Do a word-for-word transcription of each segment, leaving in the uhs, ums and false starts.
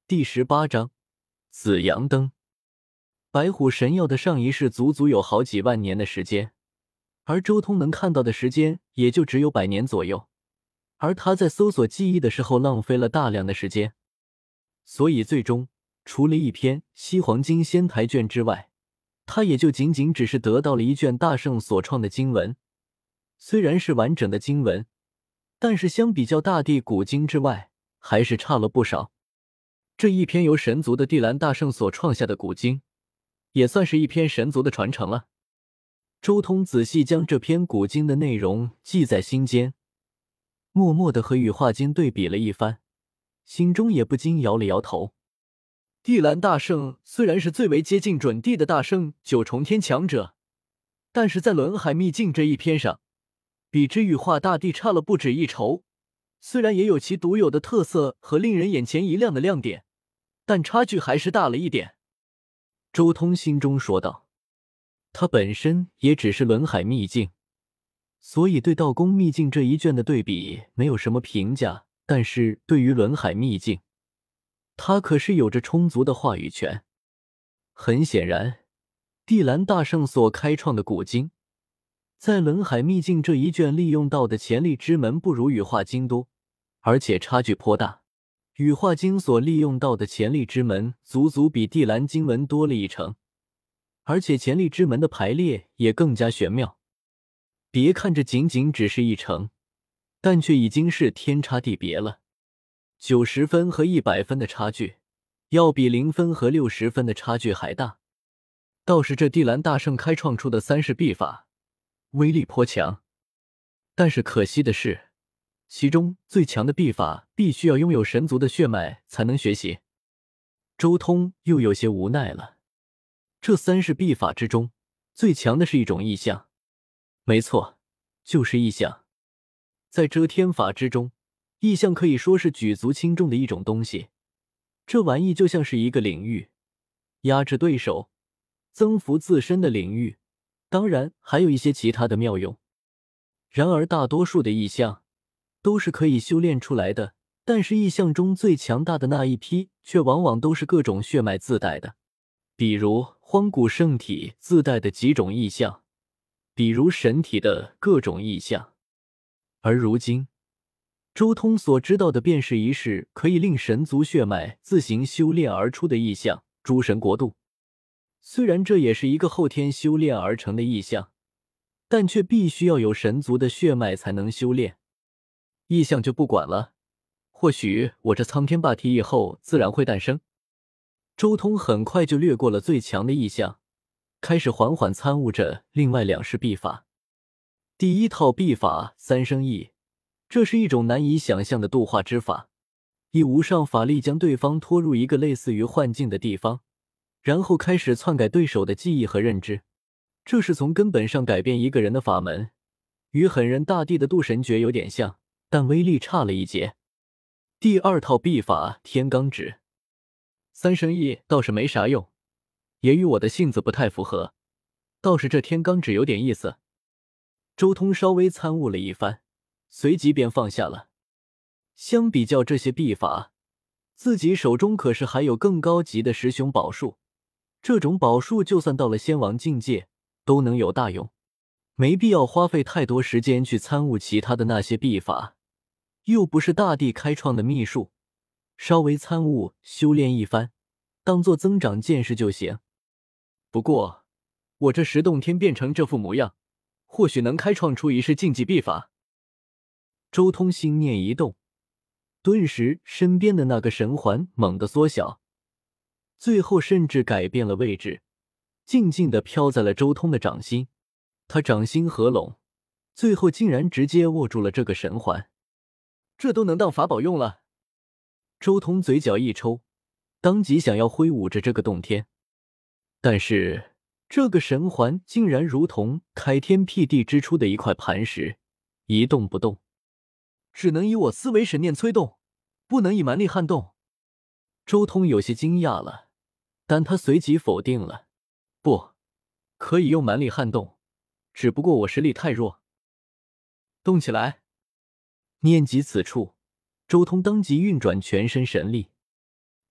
第十八章紫阳灯。白虎神药的上一世足足有好几万年的时间，而周通能看到的时间也就只有百年左右，而他在搜索记忆的时候浪费了大量的时间，所以最终除了一篇西黄金仙台卷之外，他也就仅仅只是得到了一卷大圣所创的经文。虽然是完整的经文，但是相比较大地古经之外还是差了不少。这一篇由神族的地蓝大圣所创下的古经，也算是一篇神族的传承了。周通仔细将这篇古经的内容记在心间，默默地和羽化经对比了一番，心中也不禁摇了摇头。地蓝大圣虽然是最为接近准地的大圣九重天强者，但是在轮海秘境这一篇上，比之羽化大帝差了不止一筹。虽然也有其独有的特色和令人眼前一亮的亮点，但差距还是大了一点。周通心中说道。他本身也只是轮海秘境，所以对道宫秘境这一卷的对比没有什么评价，但是对于轮海秘境，他可是有着充足的话语权。很显然，地蓝大圣所开创的古经，在轮海秘境这一卷利用到的潜力之门不如羽化经多，而且差距颇大。羽化经所利用到的潜力之门足足比地蓝经文多了一成，而且潜力之门的排列也更加玄妙。别看这仅仅只是一成，但却已经是天差地别了。九十分和一百分的差距，要比零分和六十分的差距还大。倒是这地蓝大圣开创出的三世秘法，威力颇强，但是可惜的是，其中最强的秘法必须要拥有神族的血脉才能学习。周通又有些无奈了。这三世秘法之中，最强的是一种异象。没错，就是异象。在遮天法之中，异象可以说是举足轻重的一种东西。这玩意就像是一个领域，压制对手，增幅自身的领域，当然还有一些其他的妙用。然而大多数的异象都是可以修炼出来的，但是异象中最强大的那一批却往往都是各种血脉自带的，比如荒古圣体自带的几种异象，比如神体的各种异象。而如今周通所知道的便是一世可以令神族血脉自行修炼而出的异象——诸神国度。虽然这也是一个后天修炼而成的异象，但却必须要有神族的血脉才能修炼。异象就不管了，或许我这苍天霸体以后自然会诞生。周通很快就略过了最强的异象，开始缓缓参悟着另外两式秘法。第一套秘法三生意，这是一种难以想象的度化之法，以无上法力将对方拖入一个类似于幻境的地方，然后开始篡改对手的记忆和认知。这是从根本上改变一个人的法门，与狠人大帝的渡神诀有点像，但威力差了一截。第二套秘法天罡指，三生意倒是没啥用，也与我的性子不太符合，倒是这天罡指有点意思。周通稍微参悟了一番，随即便放下了。相比较这些秘法，自己手中可是还有更高级的十雄宝术，这种宝术就算到了仙王境界都能有大用，没必要花费太多时间去参悟其他的那些秘法，又不是大帝开创的秘术，稍微参悟修炼一番，当做增长见识就行。不过我这十洞天变成这副模样，或许能开创出一式禁忌秘法。周通心念一动，顿时身边的那个神环猛地缩小，最后甚至改变了位置，静静地飘在了周通的掌心。他掌心合拢，最后竟然直接握住了这个神环。这都能当法宝用了。周通嘴角一抽，当即想要挥舞着这个洞天，但是这个神环竟然如同开天辟地之初的一块磐石，一动不动，只能以我思维神念催动，不能以蛮力撼动。周通有些惊讶了，但他随即否定了，不，可以用蛮力撼动，只不过我实力太弱。动起来！念及此处，周通当即运转全身神力，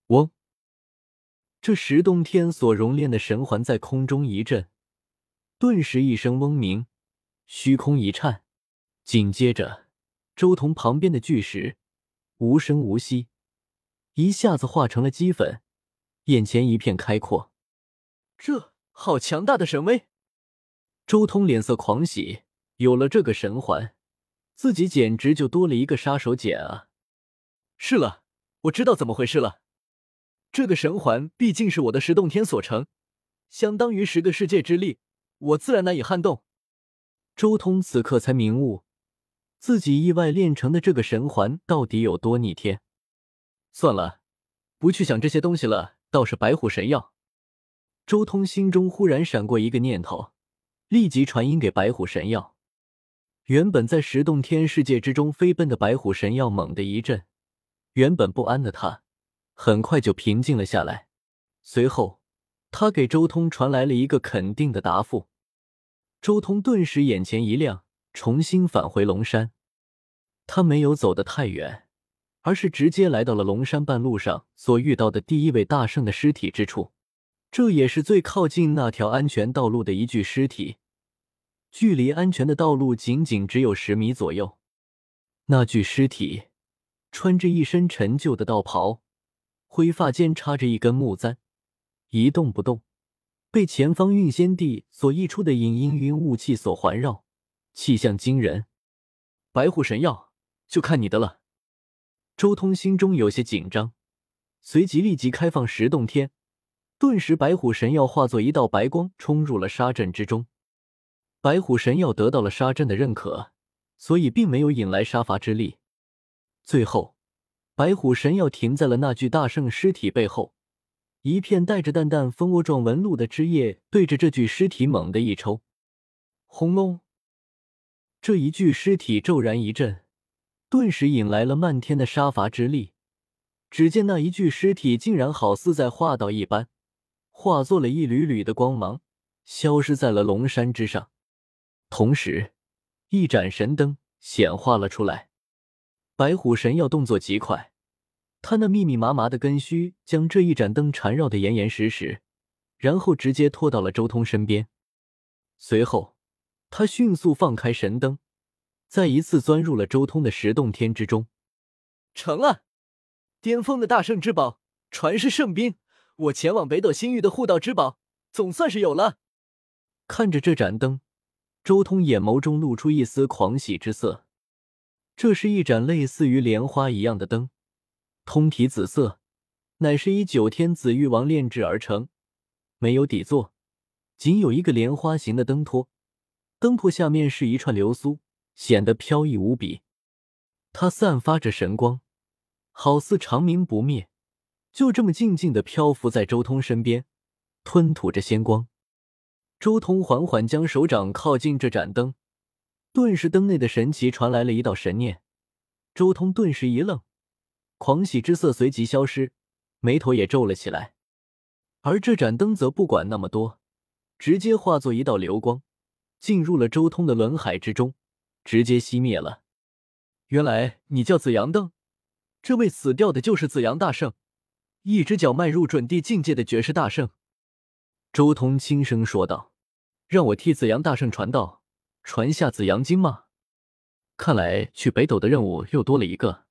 嗡！这石洞天所熔炼的神环在空中一震，顿时一声嗡鸣，虚空一颤，紧接着周彤旁边的巨石无声无息，一下子化成了齑粉，眼前一片开阔。这好强大的神威！周通脸色狂喜，有了这个神环，自己简直就多了一个杀手锏啊！是了，我知道怎么回事了。这个神环毕竟是我的石洞天所成，相当于十个世界之力，我自然难以撼动。周通此刻才明悟，自己意外炼成的这个神环到底有多逆天。算了，不去想这些东西了，倒是白虎神药。周通心中忽然闪过一个念头，立即传音给白虎神药。原本在石洞天世界之中飞奔的白虎神药猛地一震，原本不安的他很快就平静了下来。随后他给周通传来了一个肯定的答复。周通顿时眼前一亮，重新返回龙山。他没有走得太远，而是直接来到了龙山半路上所遇到的第一位大圣的尸体之处。这也是最靠近那条安全道路的一具尸体，距离安全的道路仅仅只有十米左右。那具尸体穿着一身陈旧的道袍，灰发间插着一根木簪，一动不动，被前方运仙地所溢出的隐阴云雾气所环绕，气象惊人。白虎神药，就看你的了。周通心中有些紧张，随即立即开放石洞天，顿时白虎神药化作一道白光冲入了杀阵之中。白虎神药得到了杀阵的认可，所以并没有引来杀伐之力。最后白虎神药停在了那具大圣尸体背后，一片带着淡淡蜂窝状纹路的汁液对着这具尸体猛地一抽。轰隆！这一具尸体骤然一震，顿时引来了漫天的杀伐之力。只见那一具尸体竟然好似在画道一般，化作了一缕缕的光芒，消失在了龙山之上。同时一盏神灯显化了出来。白虎神药动作极快，他那密密麻麻的根须将这一盏灯缠绕得严严实实，然后直接拖到了周通身边。随后他迅速放开神灯，再一次钻入了周通的石洞天之中。成了！巅峰的大圣之宝，传世圣兵，我前往北斗星域的护道之宝总算是有了。看着这盏灯，周通眼眸中露出一丝狂喜之色。这是一盏类似于莲花一样的灯，通体紫色，乃是以九天紫玉王炼制而成，没有底座，仅有一个莲花形的灯托，灯托下面是一串流苏，显得飘逸无比。它散发着神光，好似长明不灭，就这么静静地漂浮在周通身边，吞吐着仙光。周通缓缓将手掌靠近这盏灯，顿时灯内的神奇传来了一道神念。周通顿时一愣，狂喜之色随即消失，眉头也皱了起来。而这盏灯则不管那么多，直接化作一道流光，进入了周通的轮海之中，直接熄灭了。原来你叫紫阳灯，这位死掉的就是紫阳大圣，一只脚迈入准地境界的绝世大圣。周通轻声说道，让我替紫阳大圣传道，传下紫阳经吗？看来去北斗的任务又多了一个。